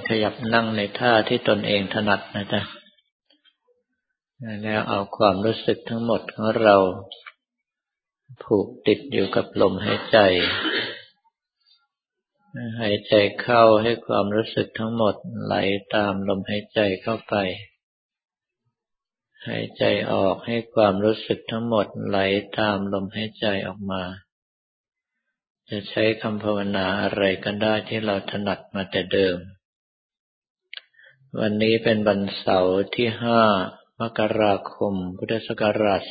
ขยับนั่งในท่าที่ตนเองถนัดนะจ๊ะแล้วเอาความรู้สึกทั้งหมดของเราผูกติดอยู่กับลมหายใจหายใจเข้าให้ความรู้สึกทั้งหมดไหลตามลมหายใจเข้าไปหายใจออกให้ความรู้สึกทั้งหมดไหลตามลมหายใจออกมาจะใช้คำภาวนาอะไรก็ได้ที่เราถนัดมาแต่เดิมวันนี้เป็นวันเสาร์ที่5 มกราคม พุทธศักราช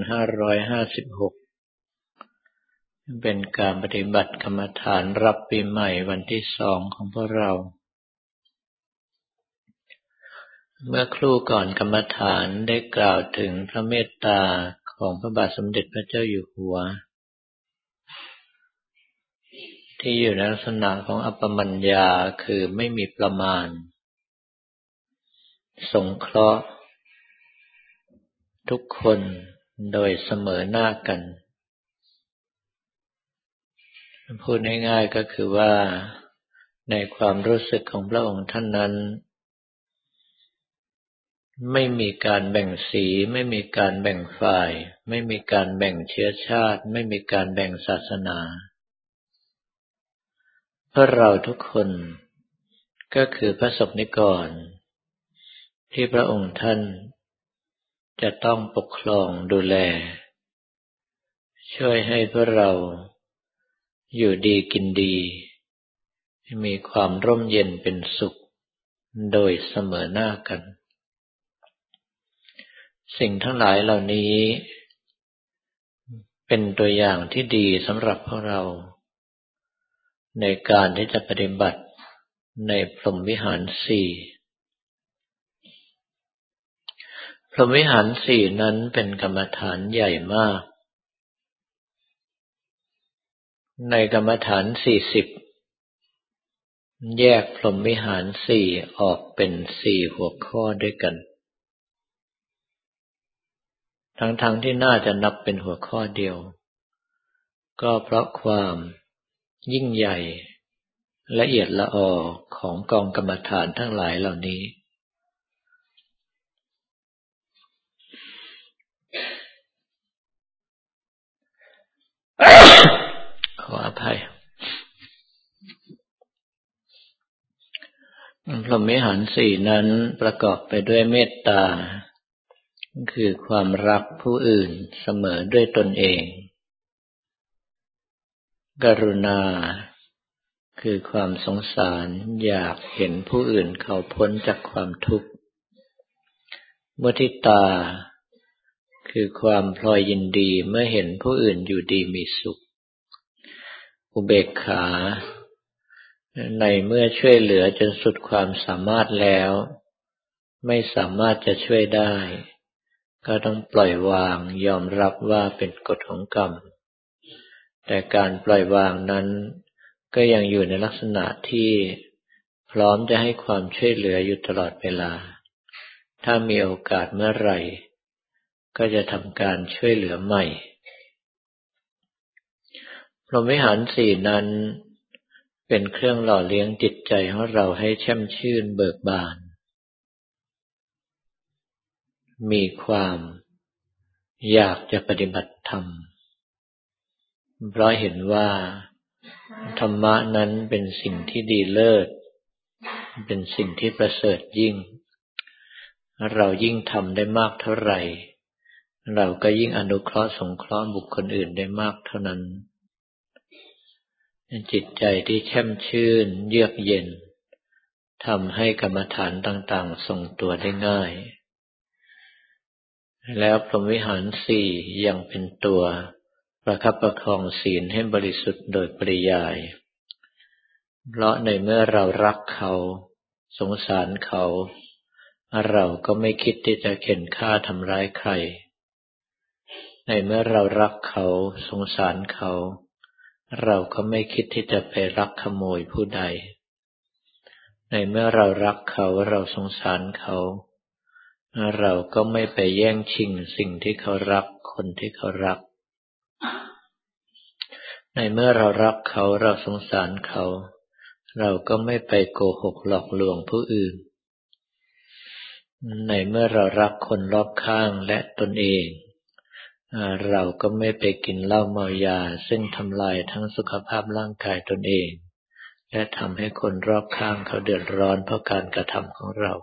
2556 เป็นการปฏิบัติกรรมฐานรับปีใหม่วันที่2ของพวกเราเมื่อครู่ก่อนกรรมฐานได้กล่าวถึงพระเมตตาของพระบาทสมเด็จพระเจ้าอยู่หัวที่อยู่ในลักษณะของอัปปมัญญาคือไม่มีประมาณสงเคราะห์ทุกคนโดยเสมอหน้ากันพูดง่ายๆก็คือว่าในความรู้สึกของพระองค์ท่านนั้นไม่มีการแบ่งสีไม่มีการแบ่งฝ่ายไม่มีการแบ่งเชื้อชาติไม่มีการแบ่งศาสนาเพราะเราทุกคนก็คือพระสงฆ์นิกรที่พระองค์ท่านจะต้องปกครองดูแลช่วยให้พวกเราอยู่ดีกินดีมีความร่มเย็นเป็นสุขโดยเสมอหน้ากันสิ่งทั้งหลายเหล่านี้เป็นตัวอย่างที่ดีสำหรับพวกเราในการที่จะปฏิบัติในพรหมวิหารสี่พรหมวิหารสี่นั้นเป็นกรรมฐานใหญ่มากในกรรมฐาน40แยกพรหมวิหารสี่ออกเป็น4หัวข้อด้วยกันทั้งที่น่าจะนับเป็นหัวข้อเดียวก็เพราะความยิ่งใหญ่ละเอียดละออของกองกรรมฐานทั้งหลายเหล่านี้ขออภัยพรหมวิหารสี่นั้นประกอบไปด้วยเมตตาคือความรักผู้อื่นเสมอด้วยตนเองกรุณาคือความสงสารอยากเห็นผู้อื่นเขาพ้นจากความทุกข์มุทิตาคือความพลอยยินดีเมื่อเห็นผู้อื่นอยู่ดีมีสุขอุเบกขาในเมื่อช่วยเหลือจนสุดความสามารถแล้วไม่สามารถจะช่วยได้ก็ต้องปล่อยวางยอมรับว่าเป็นกฎของกรรมแต่การปล่อยวางนั้นก็ยังอยู่ในลักษณะที่พร้อมจะให้ความช่วยเหลืออยู่ตลอดเวลาถ้ามีโอกาสเมื่อไหร่ก็จะทำการช่วยเหลือใหม่พรหมวิหารสี่นั้นเป็นเครื่องหล่อเลี้ยงจิตใจของเราให้แช่มชื่นเบิกบานมีความอยากจะปฏิบัติธรรมเพราะเห็นว่าธรรมะนั้นเป็นสิ่งที่ดีเลิศเป็นสิ่งที่ประเสริฐยิ่งเรายิ่งทำได้มากเท่าไหร่เราก็ยิ่งอนุเคราะห์สงเคราะห์บุคคลอื่นได้มากเท่านั้นจิตใจที่แช่มชื่นเยือกเย็นทำให้กรรมฐานต่างๆทรงตัวได้ง่ายแล้วพรหมวิหารสี่ยังเป็นตัวประคับประคองศีลให้บริสุทธิ์โดยปริยายเพราะในเมื่อเรารักเขาสงสารเขาเราก็ไม่คิดที่จะเข็นฆ่าทำร้ายใครในเมื่อเรารักเขาสงสารเขาเราก็ไม่คิดที่จะไปลักขโมยผู้ใดในเมื่อเรารักเขาเราสงสารเขาเราก็ไม่ไปแย่งชิงสิ่งที่เขารักคนที่เขารักในเมื่อเรารักเขาเราสงสารเขาเราก็ไม่ไปโกหกหลอกลวงผู้อื่นในเมื่อเรารักคนรอบข้างและตนเองเราก็ไม่ไปกินเหล้าเมายาซึ่งทำลายทั้งสุขภาพร่างกายตนเองและทำให้คนรอบข้างเขาเดือดร้อนเพราะการกระทำของเรา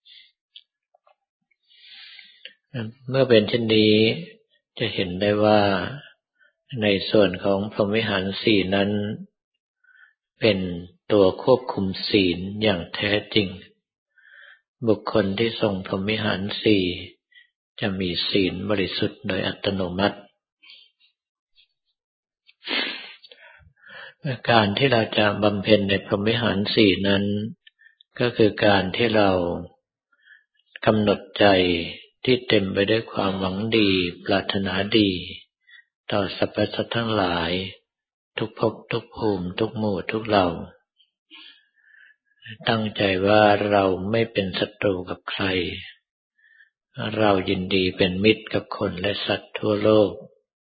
เมื่อเป็นเช่นนี้จะเห็นได้ว่าในส่วนของพรหมวิหารสี่นั้นเป็นตัวควบคุมศีลอย่างแท้จริงบุคคลที่ทรงพรหมวิหารสี่จะมีศีลบริสุทธิ์โดยอัตโนมัติการที่เราจะบำเพ็ญในพรหมวิหารสี่นั้นก็คือการที่เรากำหนดใจที่เต็มไปด้วยความหวังดีปรารถนาดีต่อสรรพสัตว์ทั้งหลายทุกภพทุกภูมิทุกหมู่ทุกเหล่าตั้งใจว่าเราไม่เป็นศัตรูกับใครเรายินดีเป็นมิตรกับคนและสัตว์ทั่วโลก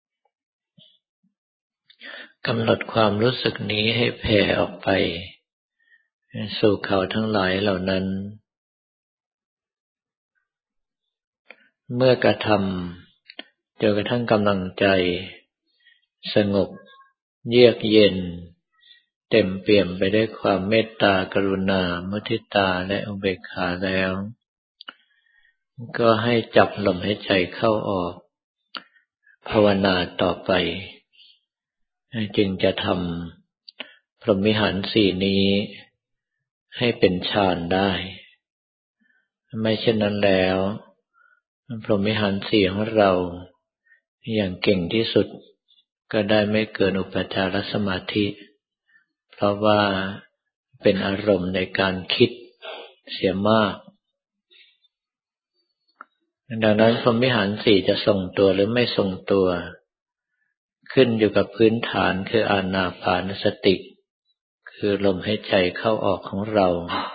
กำหนดความรู้สึกนี้ให้แผ่ออกไปสู่เขาทั้งหลายเหล่านั้นเมื่อกระทำจนกระทั่งกำลังใจสงบเยือกเย็นเต็มเปี่ยมไปด้วยความเมตตากรุณามุทิตาและอุเบกขาแล้วก็ให้จับลมหายใจเข้าออกภาวนาต่อไปจึงจะทำพรหมวิหารสี่นี้ให้เป็นฌานได้ไม่เช่นนั้นแล้วพรหมวิหารสี่ของเราอย่างเก่งที่สุดก็ได้ไม่เกินอุปจารสมาธิเพราะว่าเป็นอารมณ์ในการคิดเสียมากดังนั้นพรหมวิหารสี่จะทรงตัวหรือไม่ทรงตัวขึ้นอยู่กับพื้นฐานคืออานาปานสติคือลมหายใจเข้าออกของเรา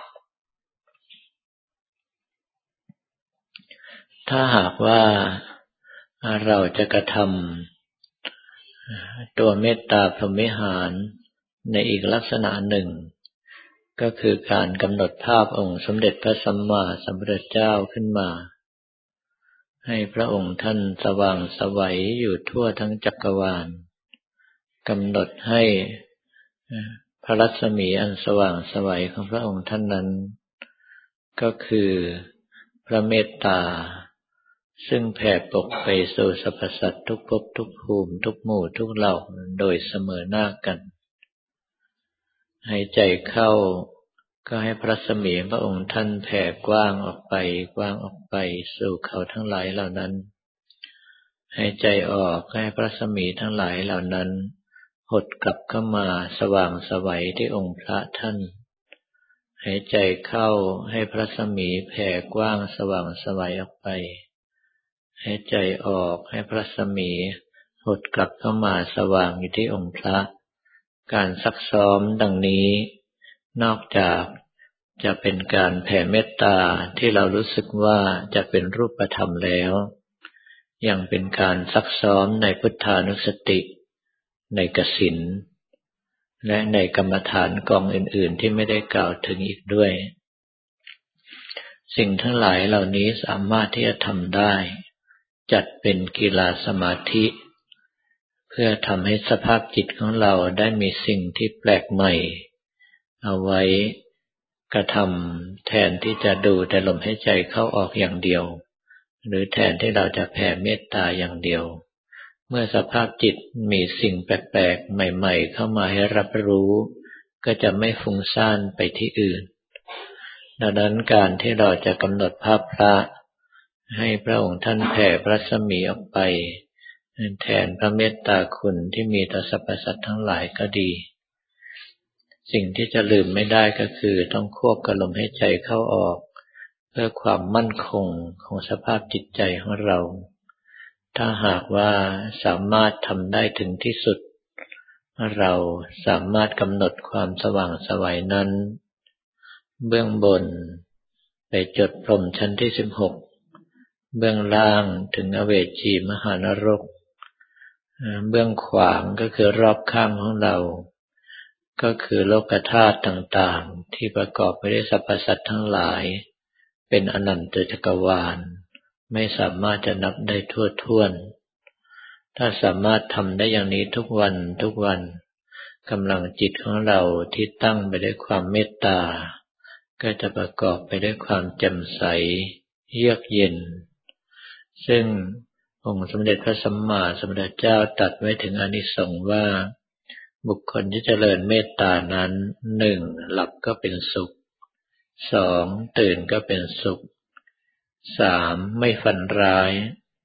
ถ้าหากว่าเราจะกระทำตัวเมตตาพรหมวิหารในอีกลักษณะหนึ่งก็คือการกำหนดภาพองค์สมเด็จพระสัมมาสัมพุทธเจ้าขึ้นมาให้พระองค์ท่านสว่างไสวอยู่ทั่วทั้งจักรวาลกำหนดให้พระรัศมีอันสว่างไสวของพระองค์ท่านนั้นก็คือพระเมตตาซึ่งแผ่ปกไปสู่สรรพสัตว์ทุกภพทุกภูมิทุกหมู่ทุกเหล่าโดยเสมอหน้ากันหายใจเข้าก็ให้พระรัศมีพระองค์ท่านแผ่กว้างออกไปสู่เขาทั้งหลายเหล่านั้นหายใจออกให้พระรัศมีทั้งหลายเหล่านั้นหดกลับเข้ามาสว่างไสวที่องค์พระท่านหายใจเข้าให้พระรัศมีแผ่กว้างสว่างไสวออกไปหายใจออกให้พระรัศมีหดกลับเข้ามาสว่างอยู่ที่องค์พระการซักซ้อมดังนี้นอกจากจะเป็นการแผ่เมตตาที่เรารู้สึกว่าจะเป็นรูปธรรมแล้วยังเป็นการซักซ้อมในพุทธานุสติในกสิณและในกรรมฐานกองอื่นๆที่ไม่ได้กล่าวถึงอีกด้วยสิ่งทั้งหลายเหล่านี้สามารถที่จะทำได้จัดเป็นกีฬาสมาธิเพื่อทำให้สภาพจิตของเราได้มีสิ่งที่แปลกใหม่เอาไว้กระทำแทนที่จะดูแต่ลมหายใจเข้าออกอย่างเดียวหรือแทนที่เราจะแผ่เมตตาอย่างเดียวเมื่อสภาพจิตมีสิ่งแปลกๆใหม่ๆเข้ามาให้รับรู้ก็จะไม่ฟุ้งซ่านไปที่อื่นดังนั้นการที่เราจะกำหนดภาพพระให้พระองค์ท่านแผ่พระรัศมีออกไปแทนพระเมตตาคุณที่มีต่อสรรพสัตว์ทั้งหลายก็ดีสิ่งที่จะลืมไม่ได้ก็คือต้องควบกับลมหายใจเข้าออกเพื่อความมั่นคงของสภาพจิตใจของเราถ้าหากว่าสามารถทำได้ถึงที่สุดเราสามารถกำหนดความสว่างไสวนั้นเบื้องบนไปจดพรหมชั้นที่16เบื้องล่างถึงอเวจีมหานรกเบื้องขวางก็คือรอบข้างของเราก็คือโลกธาตุต่างๆที่ประกอบไปด้วยสรรพสัตว์ทั้งหลายเป็นอนันตจักรวาลไม่สามารถจะนับได้ทั่วถ้วนถ้าสามารถทำได้อย่างนี้ทุกวันทุกวันกำลังจิตของเราที่ตั้งไปด้วยความเมตตาก็จะประกอบไปด้วยความแจ่มใสเยือกเย็นซึ่งองค์สมเด็จพระสัมมาสัมพุทธเจ้าตรัสไว้ถึงอานิสงส์ว่าบุคคลที่เจริญเมตตานั้นหนึ่งหลับก็เป็นสุขสองตื่นก็เป็นสุขสามไม่ฝันร้าย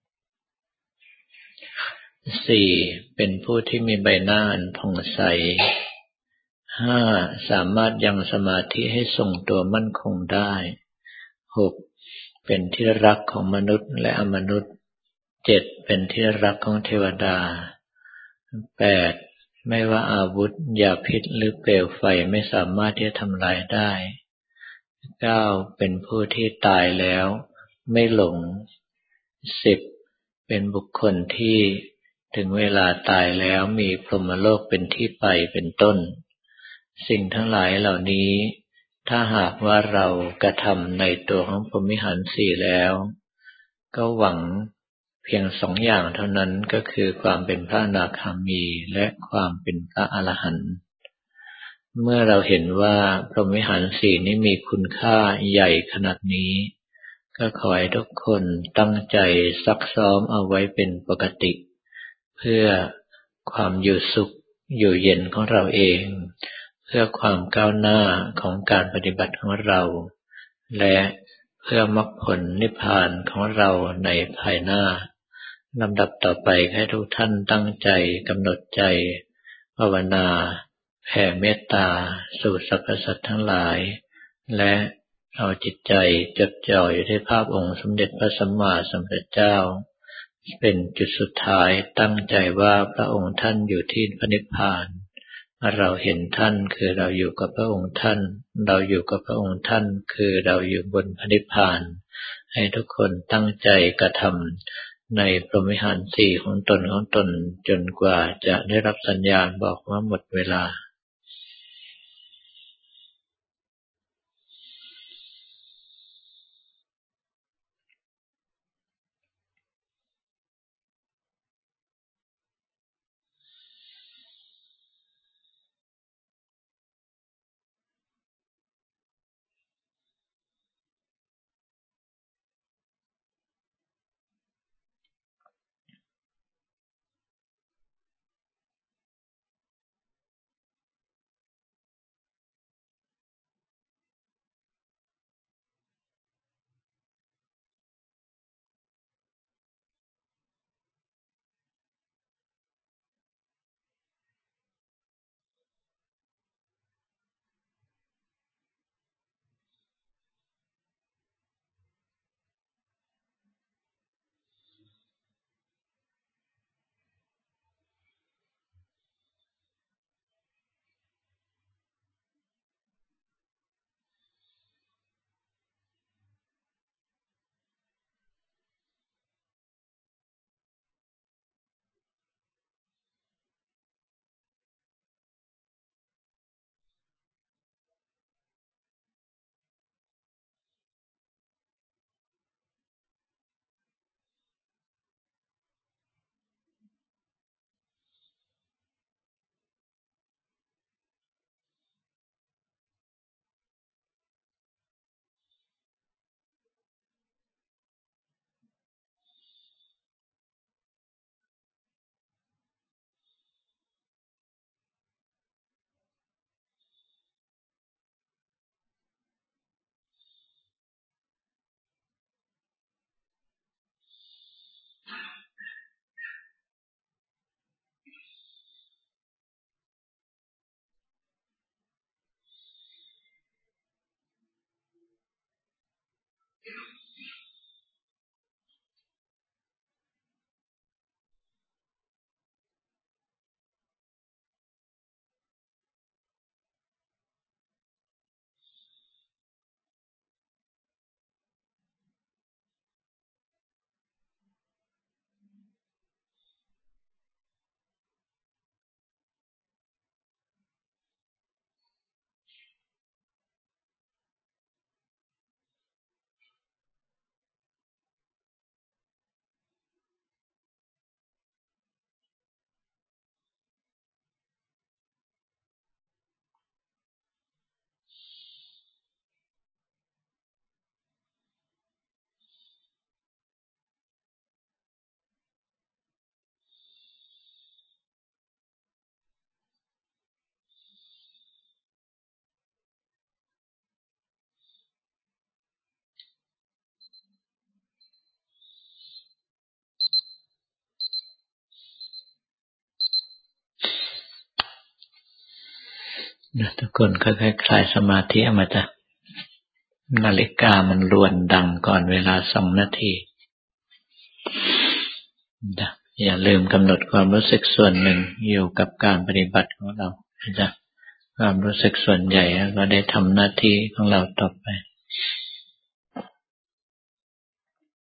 สี่เป็นผู้ที่มีใบหน้าอันผ่องใสห้าสามารถยังสมาธิให้ทรงตัวมั่นคงได้หกเป็นที่รักของมนุษย์และอมนุษย์เจ็ดเป็นที่รักของเทวดาแปดไม่ว่าอาวุธยาพิษหรือเปลวไฟไม่สามารถที่จะทำลายได้เก้าเป็นผู้ที่ตายแล้วไม่หลงสิบเป็นบุคคลที่ถึงเวลาตายแล้วมีพรหมโลกเป็นที่ไปเป็นต้นสิ่งทั้งหลายเหล่านี้ถ้าหากว่าเรากระทำในตัวของพรหมวิหารสี่แล้วก็หวังเพียงสองอย่างเท่านั้นก็คือความเป็นพระอนาคามีและความเป็นพระอรหันต์เมื่อเราเห็นว่าพรหมวิหารสี่นี้มีคุณค่าใหญ่ขนาดนี้ก็ขอให้ทุกคนตั้งใจซักซ้อมเอาไว้เป็นปกติเพื่อความอยู่สุขอยู่เย็นของเราเองเพื่อความก้าวหน้าของการปฏิบัติของเราและเพื่อมรรคผลนิพพานของเราในภายหน้าลำดับต่อไปให้ทุกท่านตั้งใจกำหนดใจภาวนาแผ่เมตตาสู่สรรพสัตว์ทั้งหลายและเอาจิตใจจดจ่ออยู่ที่ภาพองค์สมเด็จพระสัมมาสัมพุทธเจ้าเป็นจุดสุดท้ายตั้งใจว่าพระองค์ท่านอยู่ที่พระนิพพานเราเห็นท่านคือเราอยู่กับพระองค์ท่านเราอยู่กับพระองค์ท่านคือเราอยู่บนพระนิพพานให้ทุกคนตั้งใจกระทำในพรหมวิหารสี่ของตนจนกว่าจะได้รับสัญญาณบอกว่าหมดเวลาทุกคนค่อยๆคลายสมาธิออกมาจ้ะนาฬิกามันรวนดังก่อนเวลา2 นาทีอย่าลืมกำหนดความรู้สึกส่วนหนึ่งอยู่กับการปฏิบัติของเราจ้ะความรู้สึกส่วนใหญ่ก็ได้ทำหน้าที่ของเราต่อไป